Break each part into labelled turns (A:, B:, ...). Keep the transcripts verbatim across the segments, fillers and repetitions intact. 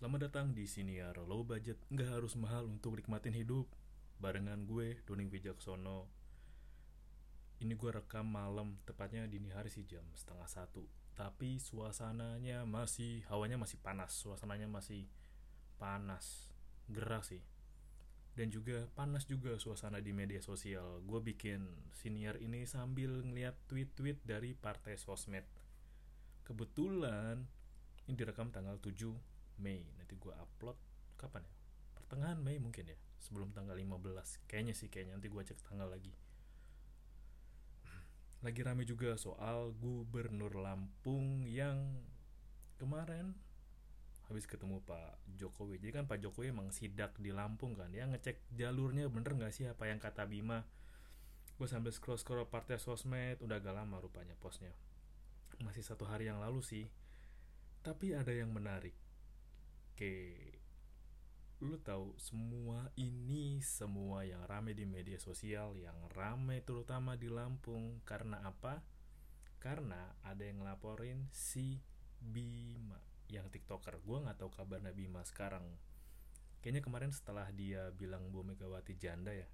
A: Selamat datang di Siniar Low Budget, nggak harus mahal untuk nikmatin hidup. Barengan gue, Doni Wijaksono. Ini gue rekam malam, tepatnya dini hari sih jam setengah satu. Tapi suasananya masih, hawanya masih panas, suasananya masih panas, gerah sih. Dan juga panas juga suasana di media sosial. Gue bikin Siniar ini sambil ngeliat tweet-tweet dari partai sosmed. Kebetulan ini direkam tanggal tujuh Mei. Nanti gue upload kapan ya? Pertengahan Mei mungkin ya. Sebelum tanggal lima belas. Kayaknya sih kayaknya nanti gue cek tanggal lagi. Lagi rame juga soal Gubernur Lampung yang kemarin habis ketemu Pak Jokowi. Jadi kan Pak Jokowi emang sidak di Lampung kan. Dia ngecek jalurnya bener gak sih apa yang kata Bima. Gue sambil scroll-scroll partai sosmed. Udah agak lama rupanya postnya. Masih satu hari yang lalu sih. Tapi ada yang menarik. Oke, lu tahu semua ini, semua yang rame di media sosial, yang rame terutama di Lampung, karena apa? Karena ada yang ngelaporin si Bima, yang tiktoker. Gue nggak tahu kabarnya Bima sekarang. Kayaknya kemarin setelah dia bilang Bu Megawati janda ya,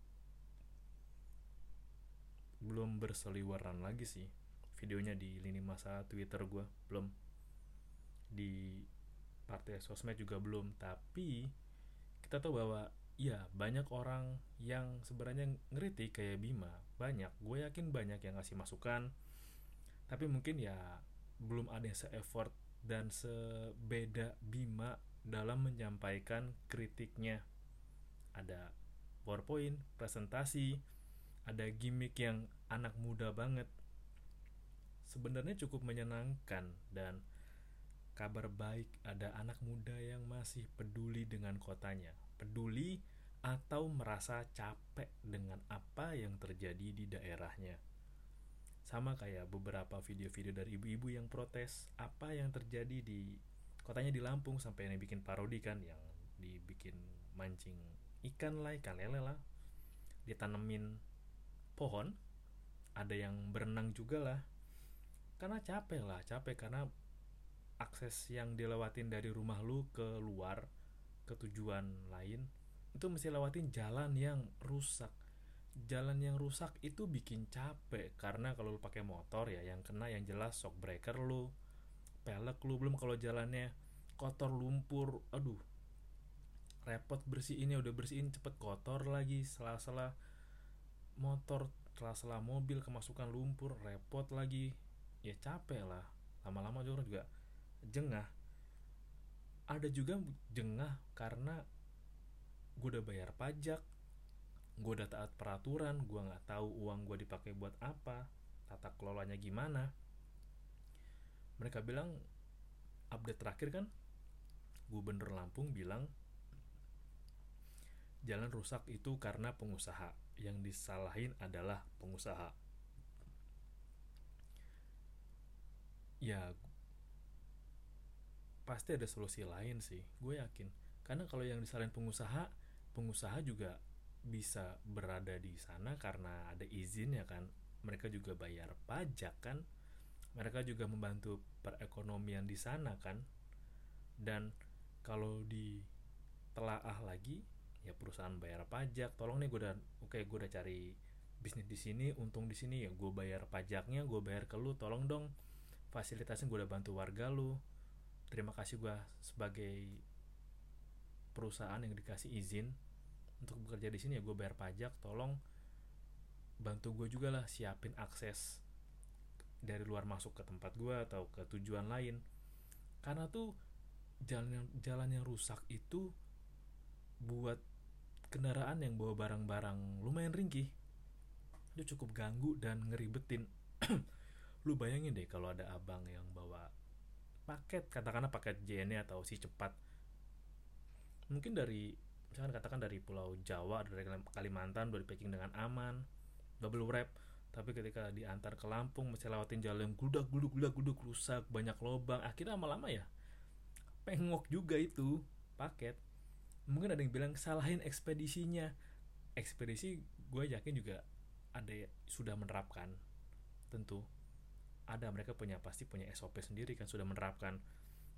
A: belum berseliweran lagi sih videonya di lini masa Twitter gue, belum di partai sosmed juga belum. Tapi kita tahu bahwa ya banyak orang yang sebenarnya ngeritik kayak Bima, banyak, gue yakin banyak yang ngasih masukan, tapi mungkin ya belum ada yang se-effort dan sebeda Bima dalam menyampaikan kritiknya. Ada PowerPoint, presentasi, ada gimmick yang anak muda banget. Sebenarnya cukup menyenangkan, dan kabar baik, ada anak muda yang masih peduli dengan kotanya. Peduli atau merasa capek dengan apa yang terjadi di daerahnya. Sama kayak beberapa video-video dari ibu-ibu yang protes apa yang terjadi di kotanya di Lampung, sampai yang bikin parodi kan, yang dibikin mancing ikan lah, ikan lele lah, ditanemin pohon, ada yang berenang juga lah. Karena capek lah, capek karena akses yang dilewatin dari rumah lu ke luar ke tujuan lain itu mesti lewatin jalan yang rusak. Jalan yang rusak itu bikin capek, karena kalau lu pakai motor ya yang kena yang jelas shock breaker lu, pelek lu, belum kalau jalannya kotor lumpur, aduh repot bersihinnya, udah bersihin cepet kotor lagi, sela-sela motor, sela-sela mobil kemasukan lumpur, repot lagi, ya capek lah. Lama-lama juga juga jengah. Ada juga jengah karena gue udah bayar pajak, gue udah taat peraturan, gue nggak tahu uang gue dipakai buat apa, tata kelolanya gimana. Mereka bilang, update terakhir kan, Gubernur Lampung bilang jalan rusak itu karena pengusaha, yang disalahin adalah pengusaha. Ya pasti ada solusi lain sih, gue yakin. Karena kalau yang disalahin pengusaha, pengusaha juga bisa berada di sana karena ada izin ya kan. Mereka juga bayar pajak kan. Mereka juga membantu perekonomian di sana kan. Dan kalau ditelaah lagi, ya perusahaan bayar pajak. Tolong nih gue udah oke okay, gue udah cari bisnis di sini, untung di sini, ya gue bayar pajaknya, gue bayar ke lu, tolong dong fasilitasnya gue udah bantu warga lu. Terima kasih gue sebagai perusahaan yang dikasih izin untuk bekerja di sini, ya gue bayar pajak, tolong bantu gue juga lah siapin akses dari luar masuk ke tempat gue atau ke tujuan lain. Karena tuh jalan yang, jalan yang rusak itu buat kendaraan yang bawa barang-barang lumayan ringkih itu cukup ganggu dan ngeribetin. Lu bayangin deh kalau ada abang yang bawa paket, katakanlah paket J N E atau si cepat, mungkin dari misalkan katakan dari Pulau Jawa, dari Kalimantan, udah di packing dengan aman, double wrap, tapi ketika diantar ke Lampung mesti lewatin jalan yang gludak guluk guluk guluk, rusak, banyak lubang, akhirnya lama-lama ya pengok juga itu paket. Mungkin ada yang bilang salahin ekspedisinya. Ekspedisi gue yakin juga ada sudah menerapkan, tentu ada, mereka punya pasti punya S O P sendiri kan, sudah menerapkan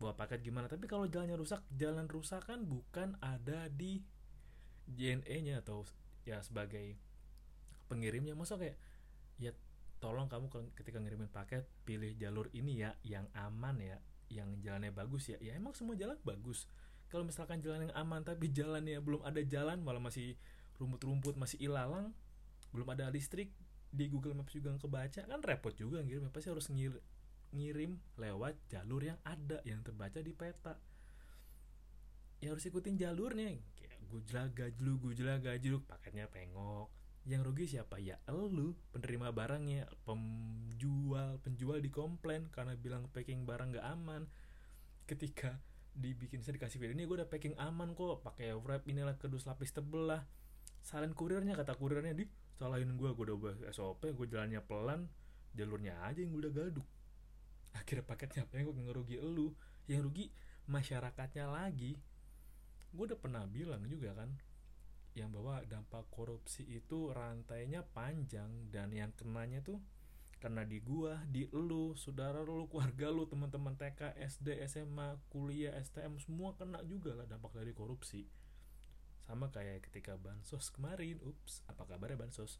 A: bawa paket gimana. Tapi kalau jalannya rusak, jalan rusak kan bukan ada di J N E-nya atau ya sebagai pengirimnya. Masa kayak ya tolong kamu ketika ngirimin paket pilih jalur ini ya, yang aman ya, yang jalannya bagus ya. Ya emang semua jalan bagus. Kalau misalkan jalan yang aman tapi jalannya belum ada jalan, malah masih rumput-rumput, masih ilalang, belum ada listrik, di Google Maps juga nggak kebaca, kan repot juga ngirim. Pasti harus ngir- ngirim lewat jalur yang ada, yang terbaca di peta. Ya harus ikutin jalurnya. Kayak gujlah gajluk, gujlah gajluk, paketnya pengok. Yang rugi siapa? Ya elu, penerima barangnya. Penjual, penjual dikomplain karena bilang packing barang nggak aman. Ketika dibikin, saya dikasih video ini, gue udah packing aman kok, pakai wrap inilah, kedus lapis tebel lah. Salin kurirnya, kata kurirnya, di salahin gue. Gue udah buat S O P, gue jalannya pelan, jalurnya aja yang udah gaduh. Akhirnya paketnya pengok, yang rugi elu, yang rugi masyarakatnya lagi. Gue udah pernah bilang juga kan, yang bahwa dampak korupsi itu rantainya panjang, dan yang kenanya tuh karena di gua, di elu, saudara lu, keluarga lu, teman-teman T K, S D, S M A, kuliah, S T M, semua kena juga lah dampak dari korupsi. Sama kayak ketika bansos kemarin. Ups, apa kabarnya bansos?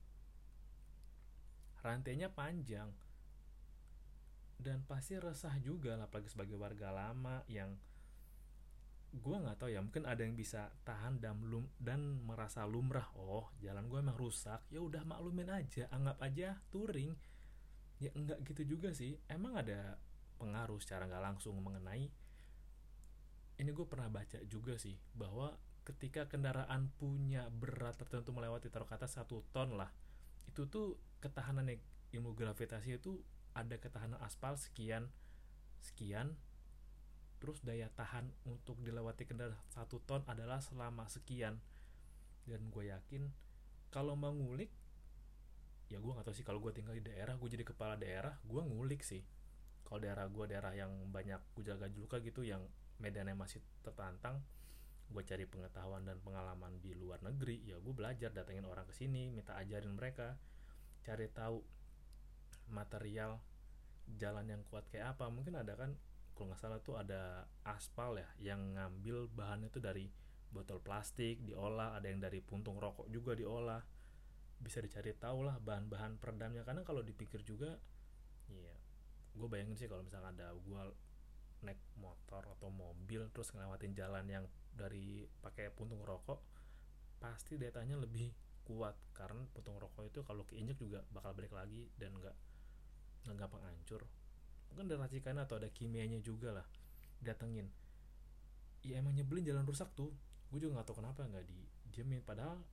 A: Rantainya panjang, dan pasti resah juga lah, apalagi sebagai warga lama yang gue nggak tahu ya, mungkin ada yang bisa tahan dan lum dan merasa lumrah. Oh, jalan gue emang rusak, ya udah maklumin aja, anggap aja touring. Ya enggak gitu juga sih. Emang ada pengaruh secara nggak langsung mengenai ini. Gue pernah baca juga sih bahwa ketika kendaraan punya berat tertentu melewati, taruh kata satu ton lah, itu tuh ketahanan ilmu gravitasi itu ada ketahanan aspal sekian sekian, terus daya tahan untuk dilewati kendaraan satu ton adalah selama sekian. Dan gue yakin kalau mau ngulik, ya gue nggak tahu sih, kalau gue tinggal di daerah, gue jadi kepala daerah, gue ngulik sih. Kalau daerah gue daerah yang banyak gujal-gajluka gitu, yang medannya masih tertantang, gue cari pengetahuan dan pengalaman di luar negeri. Ya gue belajar, datengin orang ke sini, minta ajarin mereka, cari tahu material jalan yang kuat kayak apa. Mungkin ada kan, kalau nggak salah tuh ada aspal ya, yang ngambil bahannya tuh dari botol plastik diolah, ada yang dari puntung rokok juga diolah. Bisa dicari tahu lah bahan-bahan peredamnya. Karena kalau dipikir juga, iya, gue bayangin sih kalau misalnya ada gue naik motor atau mobil terus ngelewatin jalan yang dari pakai puntung rokok, pasti datanya lebih kuat, karena puntung rokok itu kalau keinjek juga bakal balik lagi dan nggak nggak gampang hancur. Mungkin ada racikannya atau ada kimianya juga lah datengin. Ya emang nyebelin jalan rusak tuh. Gue juga nggak tahu kenapa nggak dijamin, padahal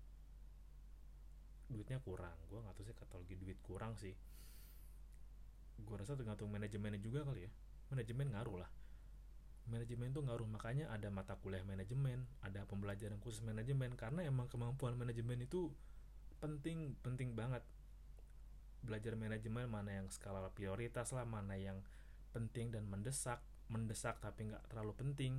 A: duitnya kurang. Gue nggak tahu sih, kata lagi duit kurang sih. Gue rasa tergantung manajemennya juga kali ya. Manajemen ngaruh lah. Manajemen tuh ngaruh, makanya ada mata kuliah manajemen, ada pembelajaran khusus manajemen, karena emang kemampuan manajemen itu penting, penting banget. Belajar manajemen, mana yang skala prioritas lah, mana yang penting dan mendesak, mendesak tapi nggak terlalu penting,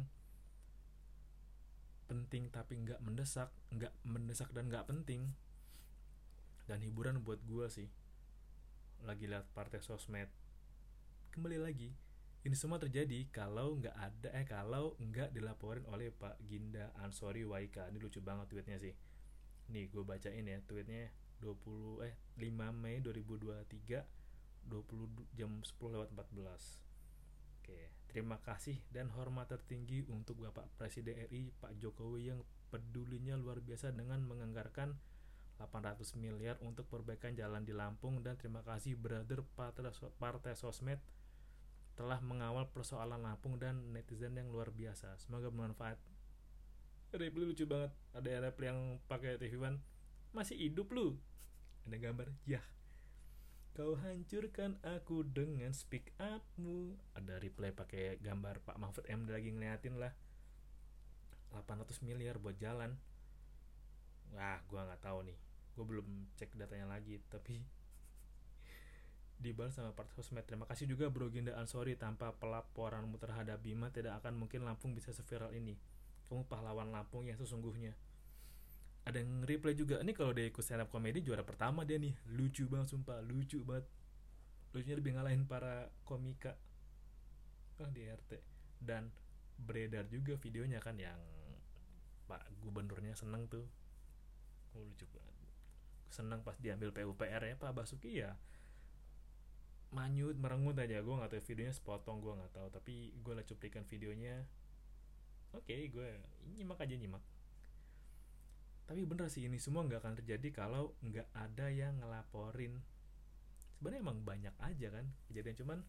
A: penting tapi nggak mendesak, nggak mendesak dan nggak penting. Dan hiburan buat gue sih, lagi lihat partai sosmed. Kembali lagi, ini semua terjadi kalau nggak ada eh kalau nggak dilaporin oleh Pak Ginda Ansori Waika. Ini lucu banget tweetnya sih. Nih gue bacain ya tweetnya. dua puluh eh lima Mei dua ribu dua puluh tiga, dua puluh jam sepuluh lewat empat belas. Oke, terima kasih dan hormat tertinggi untuk Bapak Presiden R I Pak Jokowi yang pedulinya luar biasa dengan menganggarkan delapan ratus miliar untuk perbaikan jalan di Lampung. Dan terima kasih brother partai sosmed telah mengawal persoalan Lampung dan netizen yang luar biasa. Semoga bermanfaat. Reply lucu banget. Ada reply yang pakai T V One. Masih hidup lu. Ada gambar. Yah, kau hancurkan aku dengan speak upmu. Ada reply pakai gambar Pak Mahfud M D lagi ngeliatin lah. delapan ratus miliar buat jalan. Wah, gue nggak tahu nih. Gue belum cek datanya lagi, tapi dibalas sama partai sosmed. Terima kasih juga Bro Ginda Ansori, tanpa pelaporanmu terhadap Bima tidak akan mungkin Lampung bisa seviral ini. Kamu pahlawan Lampung yang sesungguhnya. Ada yang reply juga, ini kalau dia ikut stand up comedy juara pertama dia nih. Lucu banget sumpah, lucu banget. Lucunya lebih ngalahin para komika. oh di R T. Dan beredar juga videonya kan yang Pak Gubernurnya seneng tuh, oh, lucu banget, seneng pas diambil P U P R ya. Pak Basuki ya manyut merengut aja. Gue nggak tahu videonya sepotong, gue nggak tahu, tapi gue lah cuplikan videonya. Oke, okay, gue nyimak aja nyimak. Tapi bener sih, ini semua nggak akan terjadi kalau nggak ada yang ngelaporin. Sebenarnya emang banyak aja kan kejadian, cuman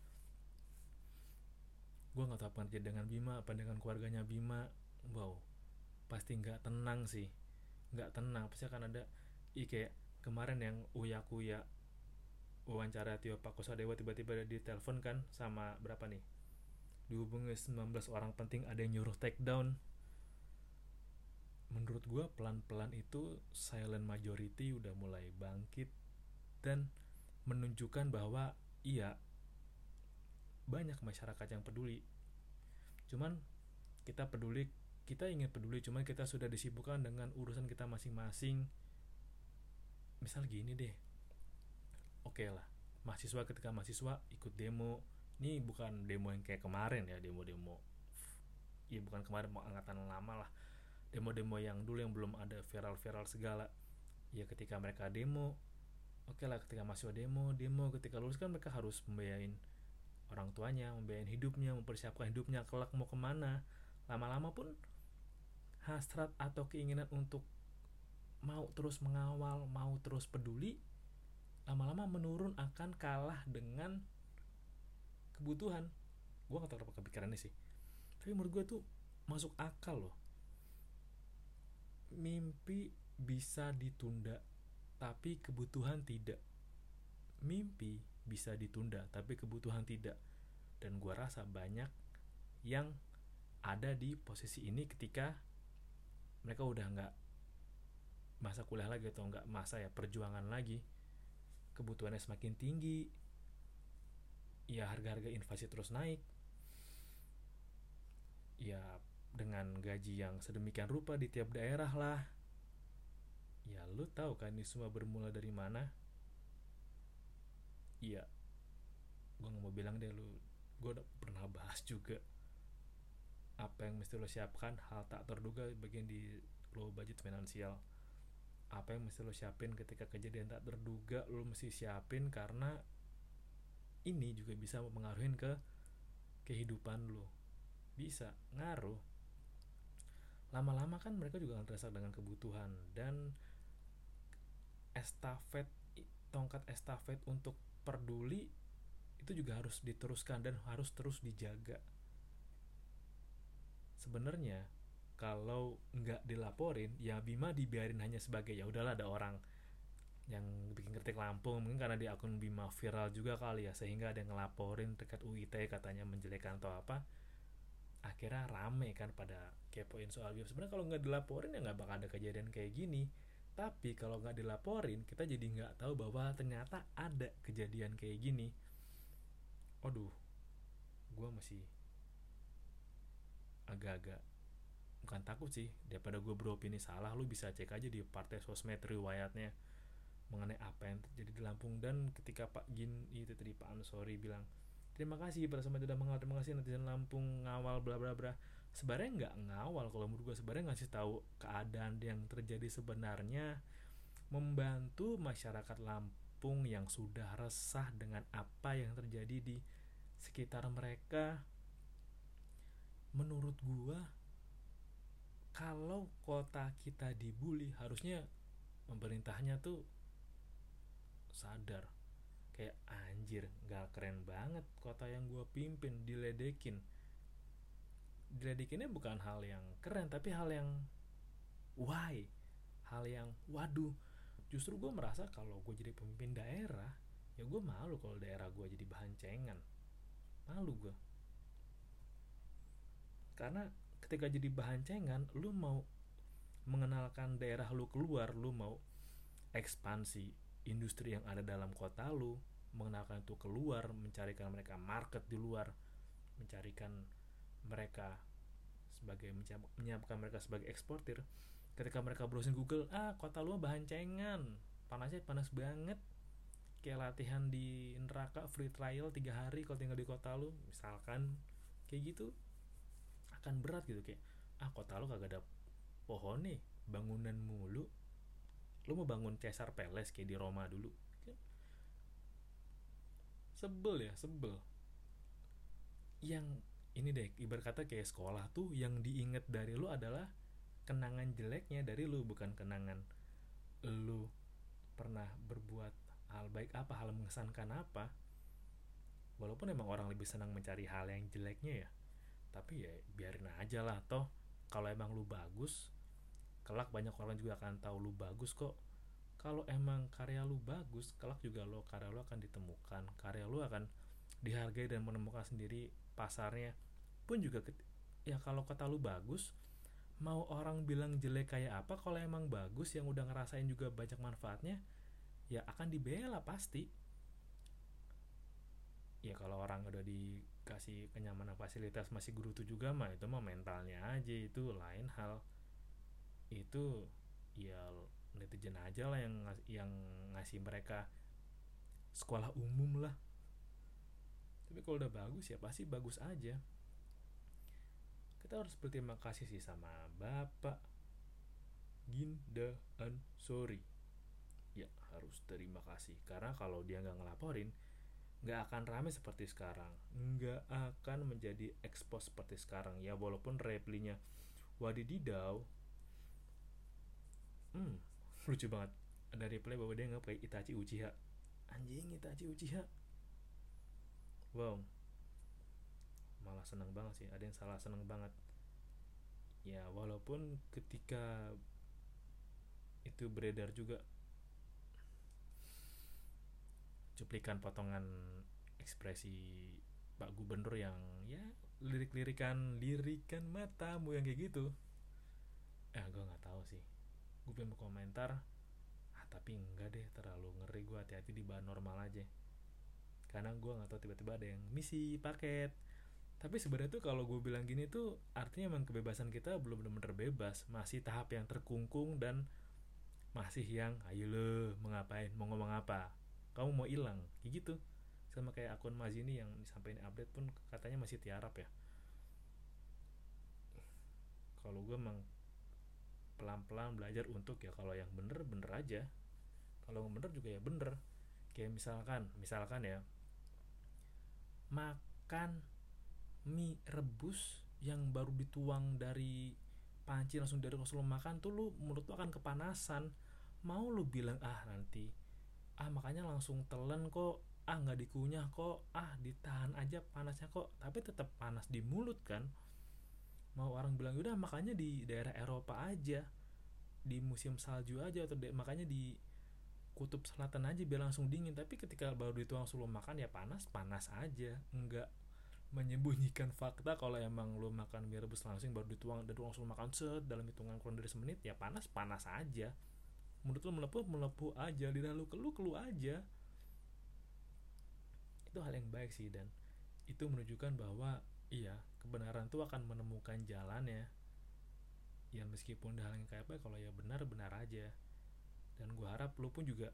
A: gue nggak tahu apa yang terjadi dengan Bima, apa dengan keluarganya Bima. Wow, pasti nggak tenang sih, nggak tenang. Pasti akan ada, i kayak kemarin yang Uya Kuya wawancara Tio Pakusadewa, tiba-tiba ditelepon kan sama berapa nih, dihubungi sembilan belas orang penting, ada yang nyuruh take down. Menurut gue pelan-pelan itu silent majority udah mulai bangkit dan menunjukkan bahwa iya, banyak masyarakat yang peduli. Cuman kita peduli, kita ingin peduli, cuman kita sudah disibukkan dengan urusan kita masing-masing. Misal gini deh, oke okay lah, mahasiswa ketika mahasiswa ikut demo, ini bukan demo yang kayak kemarin ya, demo-demo ya bukan kemarin, mau angkatan lama lah, demo-demo yang dulu yang belum ada viral-viral segala. Ya ketika mereka demo, oke okay lah, ketika mahasiswa demo, demo ketika lulus kan mereka harus membiayain orang tuanya, membiayain hidupnya, mempersiapkan hidupnya kelak mau kemana. Lama-lama pun hasrat atau keinginan untuk mau terus mengawal, mau terus peduli, lama-lama menurun, akan kalah dengan kebutuhan. Gue gak tau kenapa kepikiran ini sih, tapi menurut gue tuh masuk akal loh. Mimpi bisa ditunda, tapi kebutuhan tidak. Mimpi bisa ditunda, tapi kebutuhan tidak. Dan gue rasa banyak yang ada di posisi ini ketika mereka udah gak masa kuliah lagi, atau gak masa ya perjuangan lagi. Kebutuhannya semakin tinggi, ya harga-harga inflasi terus naik, ya dengan gaji yang sedemikian rupa di tiap daerah lah. Ya lu tahu kan ini semua bermula dari mana? Iya, gue gak mau bilang deh, lu, gue udah pernah bahas juga apa yang mesti lo siapkan, hal tak terduga bagian di low budget finansial. Apa yang mesti lo siapin ketika kejadian tak terduga, lo mesti siapin, karena ini juga bisa mempengaruhi ke kehidupan lo. Bisa ngaruh. Lama-lama kan mereka juga akan terasa dengan kebutuhan. Dan estafet, tongkat estafet untuk peduli itu juga harus diteruskan dan harus terus dijaga. Sebenarnya kalau nggak dilaporin, ya Bima dibiarin hanya sebagai ya udahlah, ada orang yang bikin kritik Lampung, mungkin karena di akun Bima viral juga kali ya, sehingga ada yang ngelaporin dekat U I T katanya menjelekan atau apa. Akhirnya rame kan pada kepoin soal Bima. Sebenarnya kalau nggak dilaporin ya nggak bakal ada kejadian kayak gini. Tapi kalau nggak dilaporin, kita jadi nggak tahu bahwa ternyata ada kejadian kayak gini. Aduh, gue masih agak-agak, bukan takut sih, daripada gue beropini salah, lu bisa cek aja di partai sosmed riwayatnya mengenai apa yang terjadi di Lampung. Dan ketika Pak Gin itu tadi, Pak Ansori bilang terima kasih pada semua sudah mengawal, terima kasih netizen Lampung ngawal bla bla bla, sebenarnya nggak ngawal kalau menurut gue, sebenarnya ngasih tahu keadaan yang terjadi sebenarnya, membantu masyarakat Lampung yang sudah resah dengan apa yang terjadi di sekitar mereka. Menurut gue, kalau kota kita dibully, harusnya pemerintahnya tuh sadar, kayak anjir, gak keren banget kota yang gue pimpin diledekin. Diledekinnya bukan hal yang keren, tapi hal yang why, hal yang waduh. Justru gue merasa kalau gue jadi pemimpin daerah, ya gue malu kalau daerah gue jadi bahan cengan. Malu gue, karena ketika jadi bahan cengan, lu mau mengenalkan daerah lu keluar, lu mau ekspansi industri yang ada dalam kota lu, mengenalkan itu keluar, mencarikan mereka market di luar, mencarikan mereka sebagai, menyiapkan mereka sebagai eksportir. Ketika mereka browsing Google, ah kota lu bahan cengan, panasnya panas banget, kayak latihan di neraka free trial tiga hari kalau tinggal di kota lu, misalkan. kayak gitu akan berat gitu. Kayak ah kota lu kagak ada pohon nih, bangunan mulu, lu mau bangun Caesar Palace kayak di Roma dulu kan? Sebel ya, sebel. Yang ini deh, ibarat kata kayak sekolah tuh yang diinget dari lu adalah kenangan jeleknya dari lu, bukan kenangan lu pernah berbuat hal baik apa, hal mengesankan apa. Walaupun emang orang lebih senang mencari hal yang jeleknya ya, tapi ya biarin aja lah. Toh kalau emang lu bagus, kelak banyak orang juga akan tahu lu bagus kok. Kalau emang karya lu bagus, kelak juga lo karya lu akan ditemukan, karya lu akan dihargai dan menemukan sendiri pasarnya. Pun juga ya kalau kata lu bagus, mau orang bilang jelek kayak apa, kalau emang bagus yang udah ngerasain juga banyak manfaatnya, ya akan dibela pasti. Ya kalau orang udah dikasih kenyamanan fasilitas masih gerutu juga mah, itu mah mentalnya aja, itu lain hal. Itu ya netizen aja lah yang yang ngasih mereka sekolah umum lah. Tapi kalau udah bagus ya pasti bagus aja. Kita harus berterima kasih sih sama Bapak Ginda Ansori. Ya harus terima kasih, karena kalau dia nggak ngelaporin, nggak akan rame seperti sekarang, nggak akan menjadi expose seperti sekarang. Ya walaupun replinya wadididau, hmm, lucu banget. Ada reply bahwa dia nggak pakai Itachi Uchiha. Anjing, Itachi Uchiha. Wow, malah seneng banget sih. Ada yang salah seneng banget. Ya walaupun ketika itu beredar juga cuplikan potongan ekspresi Pak Gubernur yang ya lirik-lirikan lirikan matamu yang kayak gitu. Eh gue nggak tahu sih. Gue pengen komentar, ah tapi enggak deh, terlalu ngeri gue. Hati-hati di bahan normal aja. Karena gue nggak tahu tiba-tiba ada yang misi paket. Tapi sebenarnya tuh kalau gue bilang gini tuh artinya emang kebebasan kita belum benar-benar bebas, masih tahap yang terkungkung dan masih yang ayo lo mau ngapain, mau ngomong apa, kamu mau hilang kayak gitu. Sama kayak akun Mazini yang disampaikan update pun katanya masih tiarap ya. Kalau gue emang pelan-pelan belajar untuk ya kalau yang bener bener aja, kalau yang bener juga ya bener. Kayak misalkan misalkan ya, makan mie rebus yang baru dituang dari panci langsung dari kos lo makan tuh, lu menurut lu akan kepanasan. Mau lu bilang ah nanti, ah makanya langsung telan kok, ah nggak dikunyah kok, ah ditahan aja panasnya kok, tapi tetap panas di mulut kan. Mau orang bilang udah makanya di daerah Eropa aja, di musim salju aja, atau de- makanya di kutub selatan aja biar langsung dingin. Tapi ketika baru dituang sebelum makan ya panas panas aja, nggak menyembunyikan fakta kalau emang lo makan mie rebus langsung baru dituang dan langsung makan set dalam hitungan kurang dari semenit, ya panas panas aja. Menurut lo melepuh melepuh aja, lidah lo keluh keluh aja. Itu hal yang baik sih, dan itu menunjukkan bahwa iya kebenaran tuh akan menemukan jalannya. Ya meskipun udah hal yang kayak apa, kalau ya benar benar aja. Dan gue harap lo pun juga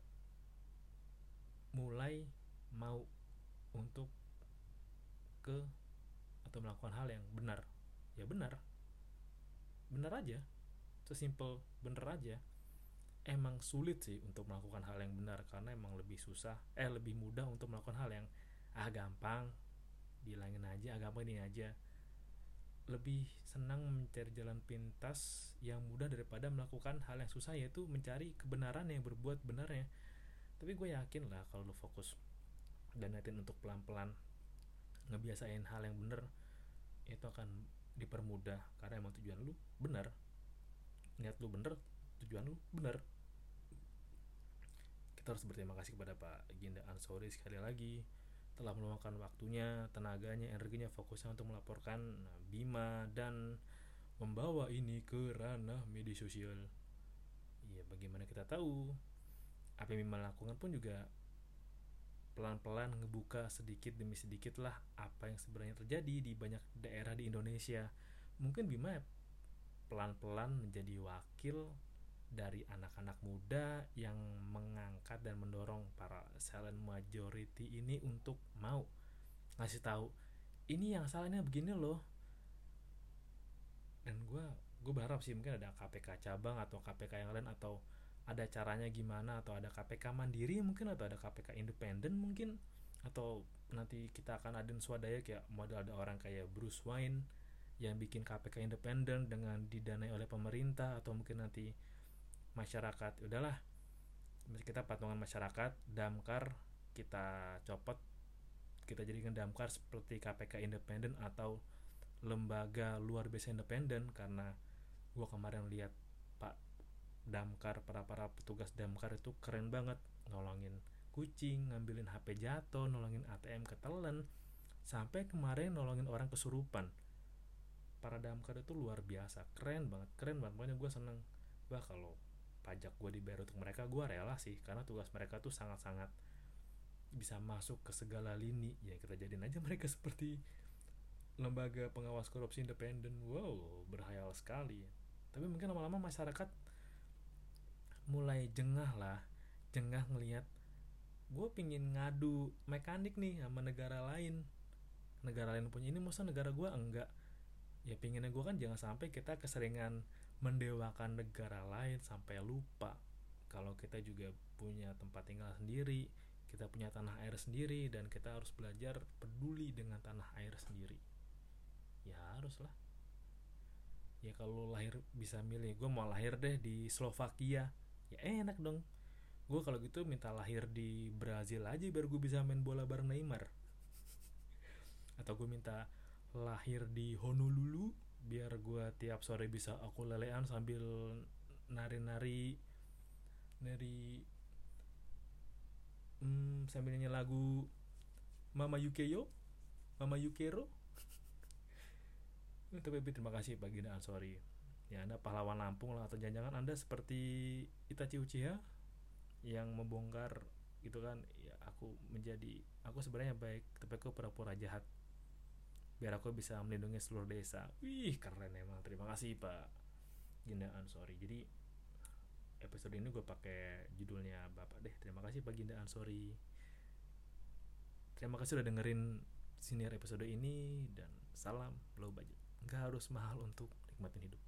A: mulai mau untuk ke atau melakukan hal yang benar. Ya benar, benar aja, sesimpel bener aja. Emang sulit sih untuk melakukan hal yang benar, karena emang lebih susah, eh lebih mudah untuk melakukan hal yang ah gampang, bilangin aja ah gampang ini aja. Lebih senang mencari jalan pintas yang mudah daripada melakukan hal yang susah, yaitu mencari kebenaran yang berbuat benarnya. Tapi gue yakin lah kalau lo fokus dan niatin untuk pelan-pelan ngebiasain hal yang bener, itu akan dipermudah karena emang tujuan lu benar, niat lu bener, tujuan lu bener. Kita harus berterima kasih kepada Pak Ginda Ansori sekali lagi telah meluangkan waktunya, tenaganya, energinya, fokusnya untuk melaporkan Bima dan membawa ini ke ranah media sosial. Iya, bagaimana kita tahu apa yang Bima lakukan pun juga pelan-pelan ngebuka sedikit demi sedikit lah apa yang sebenarnya terjadi di banyak daerah di Indonesia. Mungkin Bima pelan-pelan menjadi wakil dari anak-anak muda yang mengangkat dan mendorong para silent majority ini untuk mau ngasih tahu ini yang salahnya begini loh. Dan gue gue berharap sih mungkin ada K P K cabang atau K P K yang lain, atau ada caranya gimana, atau ada K P K mandiri mungkin, atau ada K P K independen mungkin, atau nanti kita akan adain swadaya kayak model ada orang kayak Bruce Wayne yang bikin K P K independen dengan didanai oleh pemerintah, atau mungkin nanti masyarakat udahlah kita patungan masyarakat damkar kita copot, kita jadikan damkar seperti K P K independen atau lembaga luar biasa independen. Karena gue kemarin lihat Pak damkar, para para petugas damkar itu keren banget, nolongin kucing, ngambilin H P jatuh, nolongin A T M ketelan, sampai kemarin nolongin orang kesurupan. Para damkar itu luar biasa, keren banget, keren banget. Pokoknya gue seneng. Wah, kalau pajak gue dibayar untuk mereka, gue rela sih, karena tugas mereka tuh sangat-sangat bisa masuk ke segala lini. Ya kita jadiin aja mereka seperti lembaga pengawas korupsi independen. Wow, berhayal sekali. Tapi mungkin lama-lama masyarakat mulai jengah lah, jengah ngelihat gue pingin ngadu mekanik nih sama negara lain. Negara lain punya ini, masa negara gue enggak? Ya pinginnya gue kan jangan sampai kita keseringan mendewakan negara lain sampai lupa kalau kita juga punya tempat tinggal sendiri, kita punya tanah air sendiri, dan kita harus belajar peduli dengan tanah air sendiri. Ya harus lah. Ya kalau lahir bisa milih, gue mau lahir deh di Slovakia, ya enak dong. Gue kalau gitu minta lahir di Brazil aja biar gue bisa main bola bareng Neymar. Atau gue minta lahir di Honolulu biar gue tiap sore bisa aku lelean sambil nari-nari nari hmm, sambil nyanyi lagu Mama Yukeyo, Mama Yukero. Tapi terima kasih Pak Gina Ansori. Ya Anda pahlawan Lampung lah, atau jangan-jangan Anda seperti Itachi Uchiha yang membongkar gitu kan. Ya aku menjadi, aku sebenarnya baik tapi aku pura-pura jahat biar aku bisa melindungi seluruh desa. Wih keren emang. Terima kasih Pak Ginda Ansori. Jadi episode ini gue pakai judulnya Bapak deh. Terima kasih Pak Ginda Ansori. Terima kasih udah dengerin senior episode ini, dan salam low budget. Gak harus mahal untuk nikmatin hidup.